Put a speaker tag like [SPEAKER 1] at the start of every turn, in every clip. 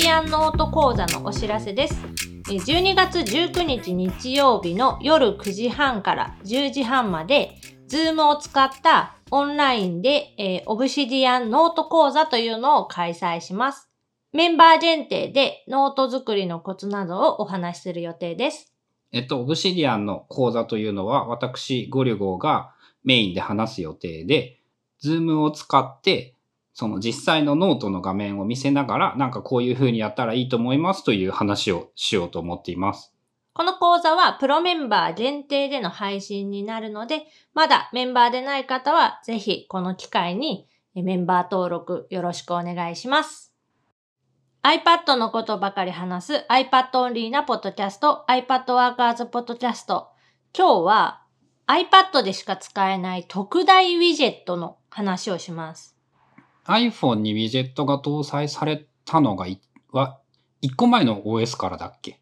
[SPEAKER 1] ディアンノート講座のお知らせです。12月19日日曜日の夜9時半から10時半まで Zoom を使ったオンラインで、オブシディアンノート講座というのを開催します。メンバー限定でノート作りのコツなどをお話しする予定です。
[SPEAKER 2] オブシディアンの講座というのは私ゴリュゴーがメインで話す予定で、Zoom を使ってその実際のノートの画面を見せながら、なんかこういう風にやったらいいと思いますという話をしようと思っています。
[SPEAKER 1] この講座はプロメンバー限定での配信になるので、まだメンバーでない方はぜひこの機会にメンバー登録よろしくお願いします。iPad のことばかり話す iPad オンリーなポッドキャスト iPad Workers ポッドキャスト。今日は iPad でしか使えない特大ウィジェットの話をします。
[SPEAKER 2] iPhone にウィジェットが搭載されたのが1個前の OS からだっけ？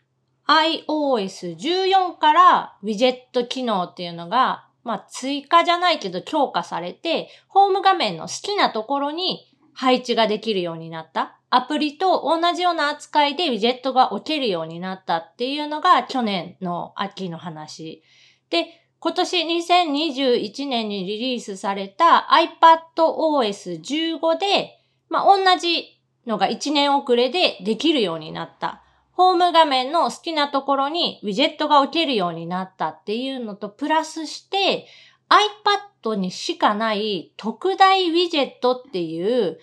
[SPEAKER 1] iOS14 からウィジェット機能っていうのが、追加じゃないけど強化されて、ホーム画面の好きなところに配置ができるようになった。アプリと同じような扱いでウィジェットが置けるようになったっていうのが去年の秋の話。で、今年2021年にリリースされた iPadOS15 で、同じのが1年遅れでできるようになった。ホーム画面の好きなところにウィジェットが置けるようになったっていうのとプラスして、iPad にしかない特大ウィジェットっていう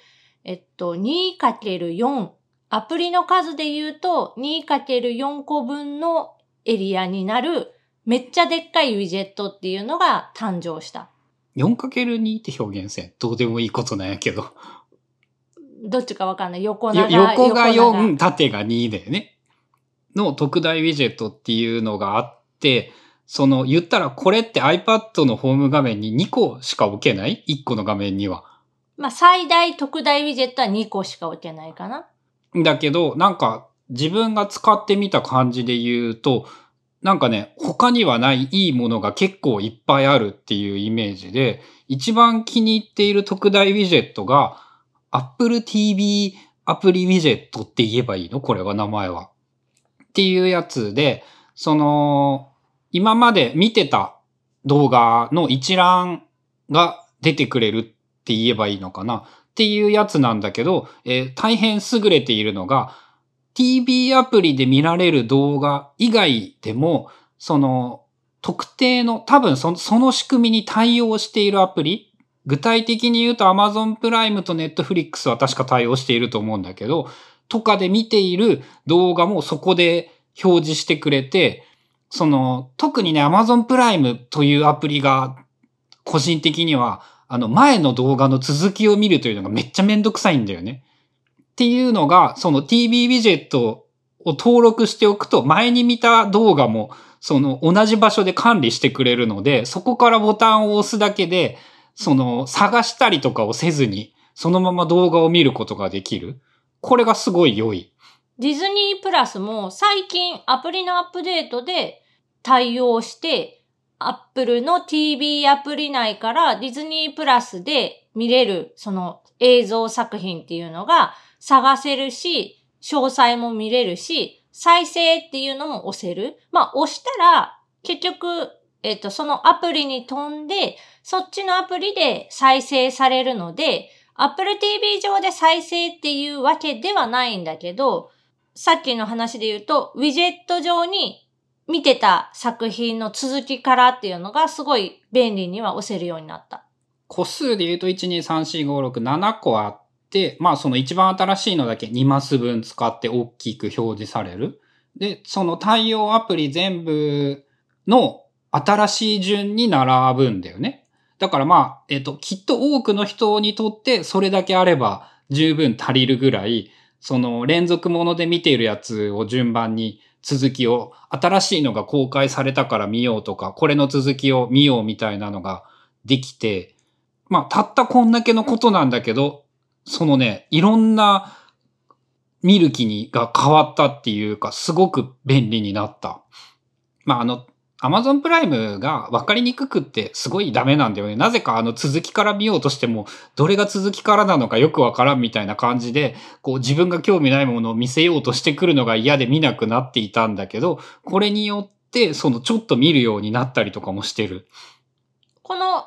[SPEAKER 1] 、2×4、アプリの数で言うと 2×4 個分のエリアになるめっちゃでっかいウィジェットっていうのが誕生した。
[SPEAKER 2] 4×2 って表現せん。どうでもいいことなんやけど。
[SPEAKER 1] どっちかわかんない。
[SPEAKER 2] 横が4、縦が2だよね。の特大ウィジェットっていうのがあって、言ったらこれって iPad のホーム画面に2個しか置けない ?1 個の画面には。
[SPEAKER 1] 最大特大ウィジェットは2個しか置けないかな。
[SPEAKER 2] だけど、なんか自分が使ってみた感じで言うと、なんかね、他にはないいいものが結構いっぱいあるっていうイメージで、一番気に入っている特大ウィジェットが Apple TV アプリウィジェットって言えばいいの？これは名前は。っていうやつで、今まで見てた動画の一覧が出てくれるって言えばいいのかなっていうやつなんだけど、大変優れているのが、TV アプリで見られる動画以外でも、特定の、多分その仕組みに対応しているアプリ、具体的に言うと Amazon プライムと Netflix は確か対応していると思うんだけど、とかで見ている動画もそこで表示してくれて、特にね、Amazon プライムというアプリが、個人的には、前の動画の続きを見るというのがめっちゃめんどくさいんだよね。っていうのが、TV ウィジェットを登録しておくと、前に見た動画も、同じ場所で管理してくれるので、そこからボタンを押すだけで、探したりとかをせずに、そのまま動画を見ることができる。これがすごい良い。
[SPEAKER 1] ディズニープラスも最近アプリのアップデートで対応して、Apple の TV アプリ内からディズニープラスで見れるその映像作品っていうのが探せるし、詳細も見れるし、再生っていうのも押せる。押したら結局、そのアプリに飛んで、そっちのアプリで再生されるので、Apple TV 上で再生っていうわけではないんだけど、さっきの話で言うと、ウィジェット上に見てた作品の続きからっていうのがすごい便利には押せるようになった。
[SPEAKER 2] 個数で言うと1、2、3、4、5、6、7個あって、その一番新しいのだけ2マス分使って大きく表示される。で、その対応アプリ全部の新しい順に並ぶんだよね。だからきっと多くの人にとってそれだけあれば十分足りるぐらい、連続もので見ているやつを順番に続きを、新しいのが公開されたから見ようとか、これの続きを見ようみたいなのができて、たったこんだけのことなんだけど、いろんな見る気が変わったっていうか、すごく便利になった。 Amazon プライムが分かりにくくってすごいダメなんだよね。なぜか続きから見ようとしても、どれが続きからなのかよくわからんみたいな感じで、こう自分が興味ないものを見せようとしてくるのが嫌で見なくなっていたんだけど、これによってちょっと見るようになったりとかもしてる。
[SPEAKER 1] この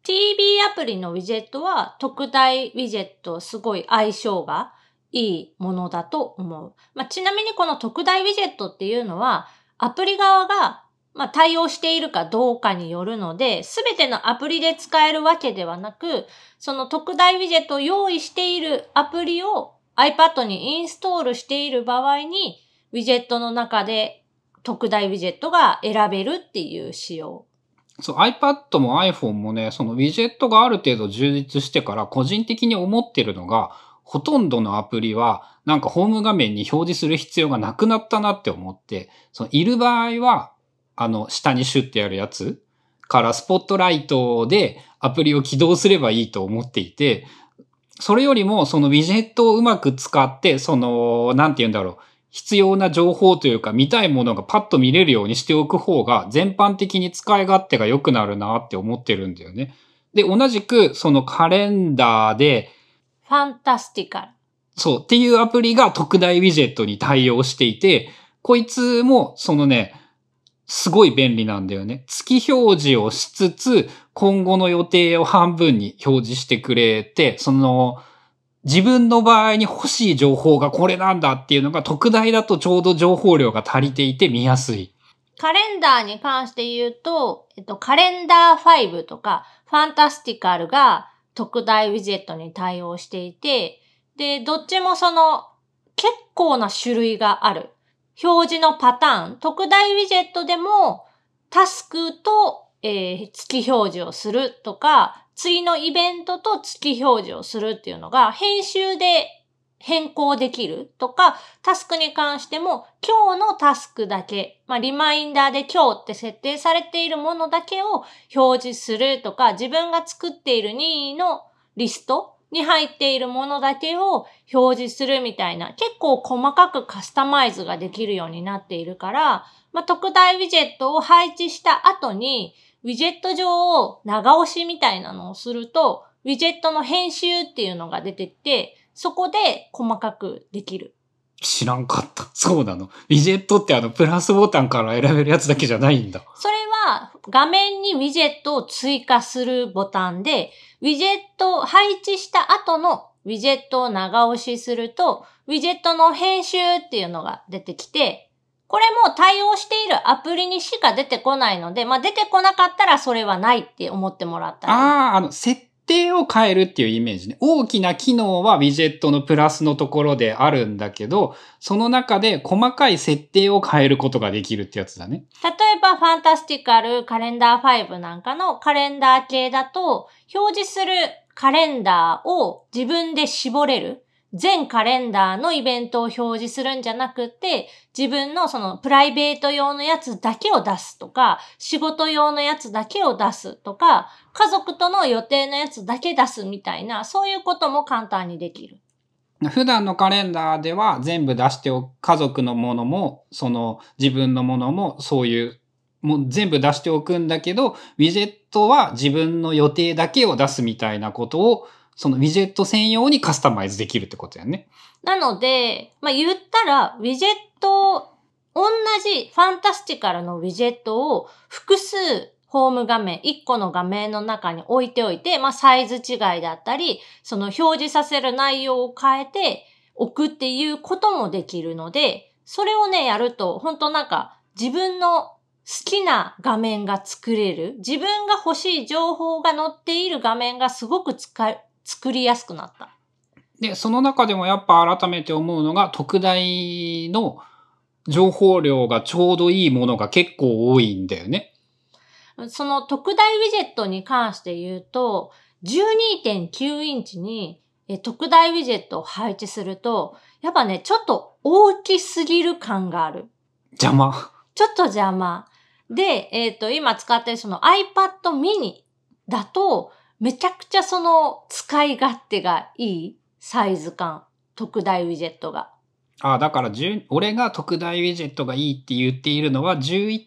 [SPEAKER 1] TV アプリのウィジェットは特大ウィジェットすごい相性がいいものだと思う。ちなみにこの特大ウィジェットっていうのはアプリ側が対応しているかどうかによるので、すべてのアプリで使えるわけではなく、その特大ウィジェットを用意しているアプリを iPad にインストールしている場合に、ウィジェットの中で特大ウィジェットが選べるっていう仕様。
[SPEAKER 2] そう、iPad も iPhone もね、そのウィジェットがある程度充実してから個人的に思ってるのが、ほとんどのアプリはなんかホーム画面に表示する必要がなくなったなって思って、いる場合は、下にシュッてやるやつからスポットライトでアプリを起動すればいいと思っていて、それよりもそのウィジェットをうまく使って、なんて言うんだろう。必要な情報というか見たいものがパッと見れるようにしておく方が全般的に使い勝手が良くなるなって思ってるんだよね。で、同じくそのカレンダーで、
[SPEAKER 1] ファンタスティカル。
[SPEAKER 2] そうっていうアプリが特大ウィジェットに対応していて、こいつもすごい便利なんだよね。月表示をしつつ、今後の予定を半分に表示してくれて、自分の場合に欲しい情報がこれなんだっていうのが特大だとちょうど情報量が足りていて見やすい。
[SPEAKER 1] カレンダーに関して言うと、カレンダー5とかファンタスティカルが特大ウィジェットに対応していて、で、どっちも結構な種類がある。表示のパターン、特大ウィジェットでもタスクと、月表示をするとか、次のイベントと月表示をするっていうのが編集で変更できるとか、タスクに関しても今日のタスクだけ、リマインダーで今日って設定されているものだけを表示するとか、自分が作っている任意のリストに入っているものだけを表示するみたいな、結構細かくカスタマイズができるようになっているから、特大ウィジェットを配置した後に、ウィジェット上を長押しみたいなのをすると、ウィジェットの編集っていうのが出てきて、そこで細かくできる。
[SPEAKER 2] 知らんかった。そうなの。ウィジェットってプラスボタンから選べるやつだけじゃないんだ。
[SPEAKER 1] それは画面にウィジェットを追加するボタンで、ウィジェットを配置した後のウィジェットを長押しすると、ウィジェットの編集っていうのが出てきて、これも対応しているアプリにしか出てこないので、出てこなかったらそれはないって思ってもらったら。
[SPEAKER 2] 設定を変えるっていうイメージね。大きな機能はウィジェットのプラスのところであるんだけど、その中で細かい設定を変えることができるってやつだね。
[SPEAKER 1] 例えば、ファンタスティカル、カレンダー5なんかのカレンダー系だと、表示するカレンダーを自分で絞れる。全カレンダーのイベントを表示するんじゃなくて、自分のプライベート用のやつだけを出すとか、仕事用のやつだけを出すとか、家族との予定のやつだけ出すみたいな、そういうことも簡単にできる。
[SPEAKER 2] 普段のカレンダーでは全部出しておく、家族のものも、自分のものも、そういう、もう全部出しておくんだけど、ウィジェットは自分の予定だけを出すみたいなことを、ウィジェット専用にカスタマイズできるってことやね。
[SPEAKER 1] なので、言ったら、ウィジェット、同じファンタスティカルのウィジェットを複数ホーム画面、1個の画面の中に置いておいて、サイズ違いだったり、表示させる内容を変えておくっていうこともできるので、それをね、やると、本当自分の好きな画面が作れる、自分が欲しい情報が載っている画面がすごく作りやすくなった。
[SPEAKER 2] で、その中でもやっぱ改めて思うのが、特大の情報量がちょうどいいものが結構多いんだよね。
[SPEAKER 1] その特大ウィジェットに関して言うと、12.9 インチに特大ウィジェットを配置すると、やっぱね、ちょっと大きすぎる感がある。
[SPEAKER 2] 邪魔。
[SPEAKER 1] ちょっと邪魔。で、今使ってるiPad mini だと、めちゃくちゃ使い勝手がいいサイズ感。特大ウィジェットが。
[SPEAKER 2] だから俺が特大ウィジェットがいいって言っているのは11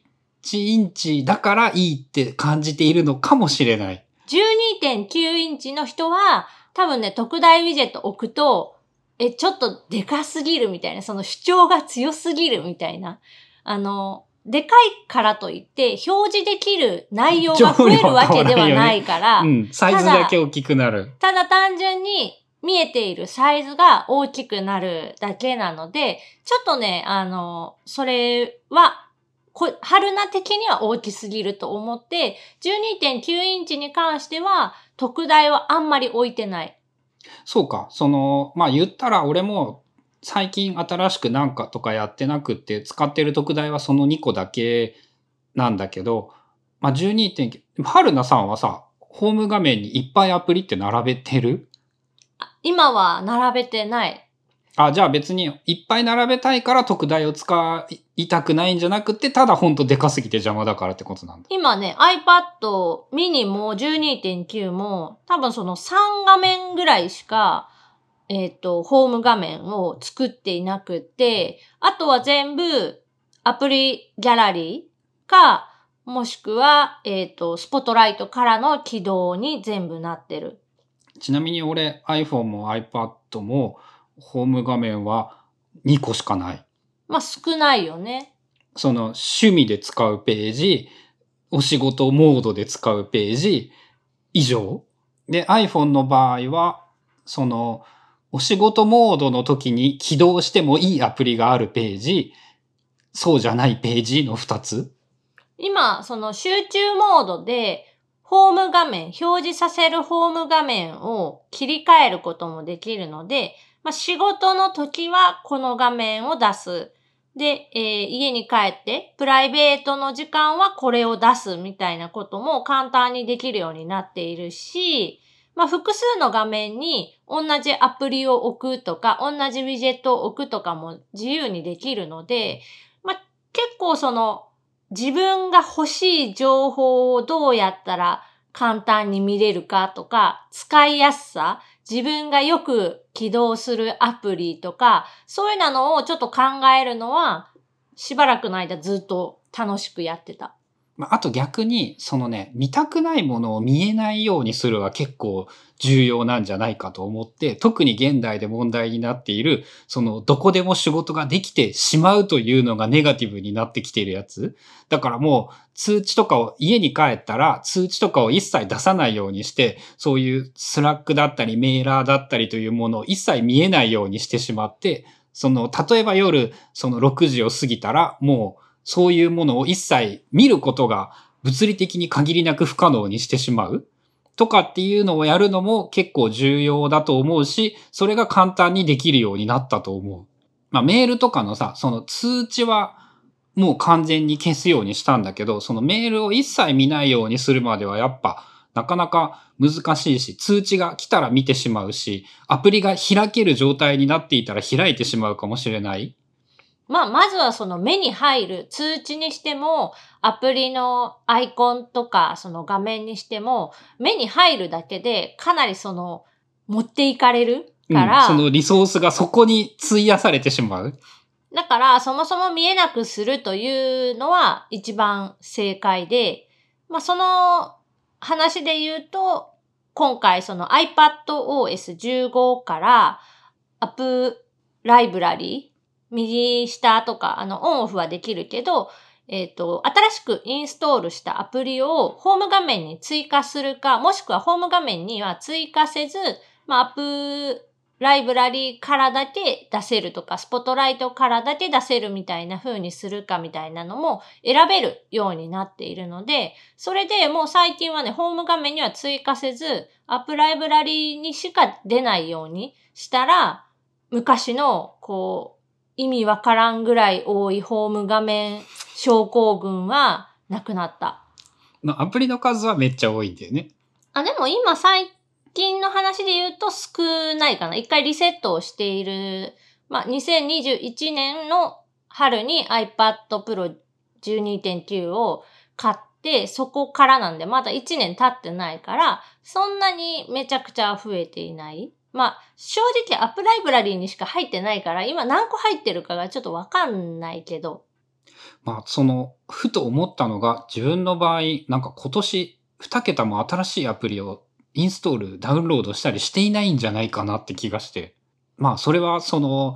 [SPEAKER 2] インチだからいいって感じているのかもしれない。
[SPEAKER 1] 12.9 インチの人は、多分ね、特大ウィジェット置くと、ちょっとでかすぎるみたいな、その主張が強すぎるみたいな。でかいからといって、表示できる内容が増えるわけではないから、
[SPEAKER 2] サイズだけ大きくなる。
[SPEAKER 1] ただ単純に見えているサイズが大きくなるだけなので、ちょっとね、それは、春菜的には大きすぎると思って、12.9 インチに関しては、特大はあんまり置いてない。
[SPEAKER 2] そうか。言ったら俺も最近新しくなんかとかやってなくって使ってる特大はその2個だけなんだけど、12.9、春菜さんはさ、ホーム画面にいっぱいアプリって並べてる？
[SPEAKER 1] 今は並べてない。
[SPEAKER 2] じゃあ別にいっぱい並べたいから特大を使いたくないんじゃなくて、ただほんとでかすぎて邪魔だからってことなんだ。
[SPEAKER 1] 今ね、iPad mini も 12.9 も多分その3画面ぐらいしか、ホーム画面を作っていなくて、あとは全部アプリギャラリーか、もしくは、スポットライトからの起動に全部なってる。
[SPEAKER 2] ちなみに俺 iPhone も iPad もホーム画面は2個しかない。
[SPEAKER 1] 少ないよね。
[SPEAKER 2] その趣味で使うページ、お仕事モードで使うページ以上。で iPhone の場合は、そのお仕事モードの時に起動してもいいアプリがあるページ、そうじゃないページの2つ。
[SPEAKER 1] 今、その集中モードで、ホーム画面、表示させるホーム画面を切り替えることもできるので、仕事の時はこの画面を出す。で、家に帰ってプライベートの時間はこれを出すみたいなことも簡単にできるようになっているし、複数の画面に同じアプリを置くとか、同じウィジェットを置くとかも自由にできるので、結構その自分が欲しい情報をどうやったら簡単に見れるかとか、使いやすさ、自分がよく起動するアプリとか、そういうのをちょっと考えるのは、しばらくの間ずっと楽しくやってた。
[SPEAKER 2] あと逆に、見たくないものを見えないようにするは結構重要なんじゃないかと思って、特に現代で問題になっている、どこでも仕事ができてしまうというのがネガティブになってきているやつ。だからもう、通知とかを、家に帰ったら通知とかを一切出さないようにして、そういうスラックだったりメーラーだったりというものを一切見えないようにしてしまって、例えば夜、6時を過ぎたら、もう、そういうものを一切見ることが物理的に限りなく不可能にしてしまうとかっていうのをやるのも結構重要だと思うし、それが簡単にできるようになったと思う。メールとかのさ、その通知はもう完全に消すようにしたんだけど、そのメールを一切見ないようにするまではやっぱなかなか難しいし、通知が来たら見てしまうし、アプリが開ける状態になっていたら開いてしまうかもしれない。
[SPEAKER 1] まずはその目に入る通知にしても、アプリのアイコンとかその画面にしても、目に入るだけでかなり持っていかれるから、
[SPEAKER 2] そのリソースがそこに費やされてしまう。
[SPEAKER 1] だからそもそも見えなくするというのは一番正解で、その話で言うと、今回その iPadOS 15 からアップライブラリー、右下とか、オンオフはできるけど、新しくインストールしたアプリをホーム画面に追加するか、もしくはホーム画面には追加せず、アップライブラリーからだけ出せるとか、スポットライトからだけ出せるみたいな風にするかみたいなのも選べるようになっているので、それでもう最近はね、ホーム画面には追加せず、アップライブラリーにしか出ないようにしたら、昔の意味わからんぐらい多いホーム画面症候群はなくなった。
[SPEAKER 2] アプリの数はめっちゃ多いんだよね。
[SPEAKER 1] でも今最近の話で言うと少ないかな。一回リセットをしている。2021年の春に iPad Pro 12.9 を買って、そこからなんでまだ1年経ってないから、そんなにめちゃくちゃ増えていない。正直アップライブラリーにしか入ってないから、今何個入ってるかがちょっとわかんないけど。
[SPEAKER 2] ふと思ったのが、自分の場合、なんか今年2桁も新しいアプリをインストール、ダウンロードしたりしていないんじゃないかなって気がして。それは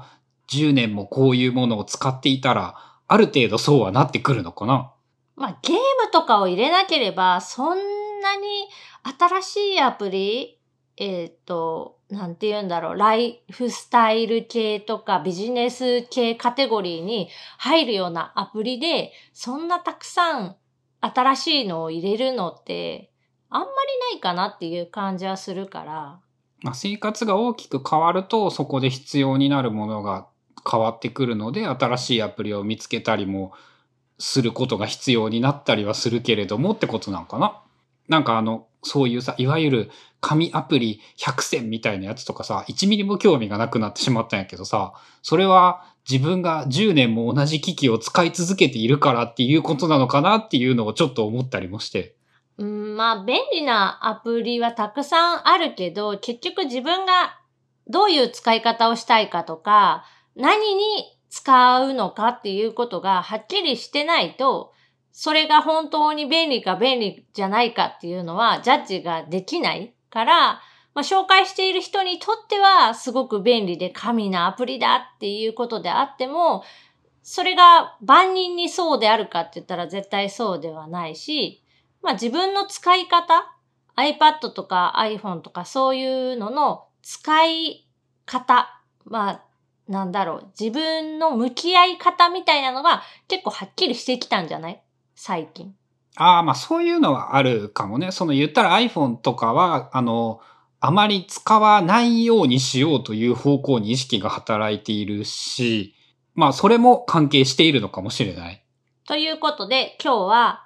[SPEAKER 2] 10年もこういうものを使っていたら、ある程度そうはなってくるのかな。
[SPEAKER 1] ゲームとかを入れなければ、そんなに新しいアプリ、なんて言うんだろう、ライフスタイル系とかビジネス系カテゴリーに入るようなアプリで、そんなたくさん新しいのを入れるのって、あんまりないかなっていう感じはするから。
[SPEAKER 2] 生活が大きく変わると、そこで必要になるものが変わってくるので、新しいアプリを見つけたりもすることが必要になったりはするけれどもってことなんかな。なんかそういうさ、いわゆる紙アプリ100選みたいなやつとかさ、1ミリも興味がなくなってしまったんやけどさ、それは自分が10年も同じ機器を使い続けているからっていうことなのかなっていうのをちょっと思ったりもして。
[SPEAKER 1] 便利なアプリはたくさんあるけど、結局自分がどういう使い方をしたいかとか、何に使うのかっていうことがはっきりしてないと、それが本当に便利か便利じゃないかっていうのはジャッジができないから、紹介している人にとってはすごく便利で神なアプリだっていうことであっても、それが万人にそうであるかって言ったら絶対そうではないし、自分の使い方、iPad とか iPhone とかそういうのの使い方、自分の向き合い方みたいなのが結構はっきりしてきたんじゃない？最近。
[SPEAKER 2] そういうのはあるかもね。言ったら iPhone とかは、あまり使わないようにしようという方向に意識が働いているし、それも関係しているのかもしれない。
[SPEAKER 1] ということで、今日は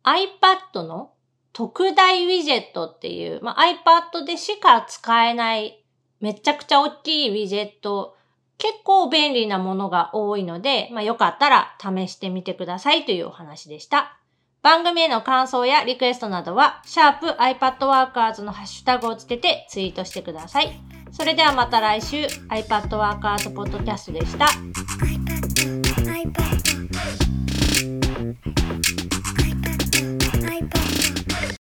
[SPEAKER 1] iPad の特大ウィジェットっていう、iPad でしか使えないめちゃくちゃ大きいウィジェット、結構便利なものが多いので、よかったら試してみてくださいというお話でした。番組への感想やリクエストなどは、#iPadWorkers のハッシュタグをつけてツイートしてください。それではまた来週、iPadWorkers ポッドキャストでした。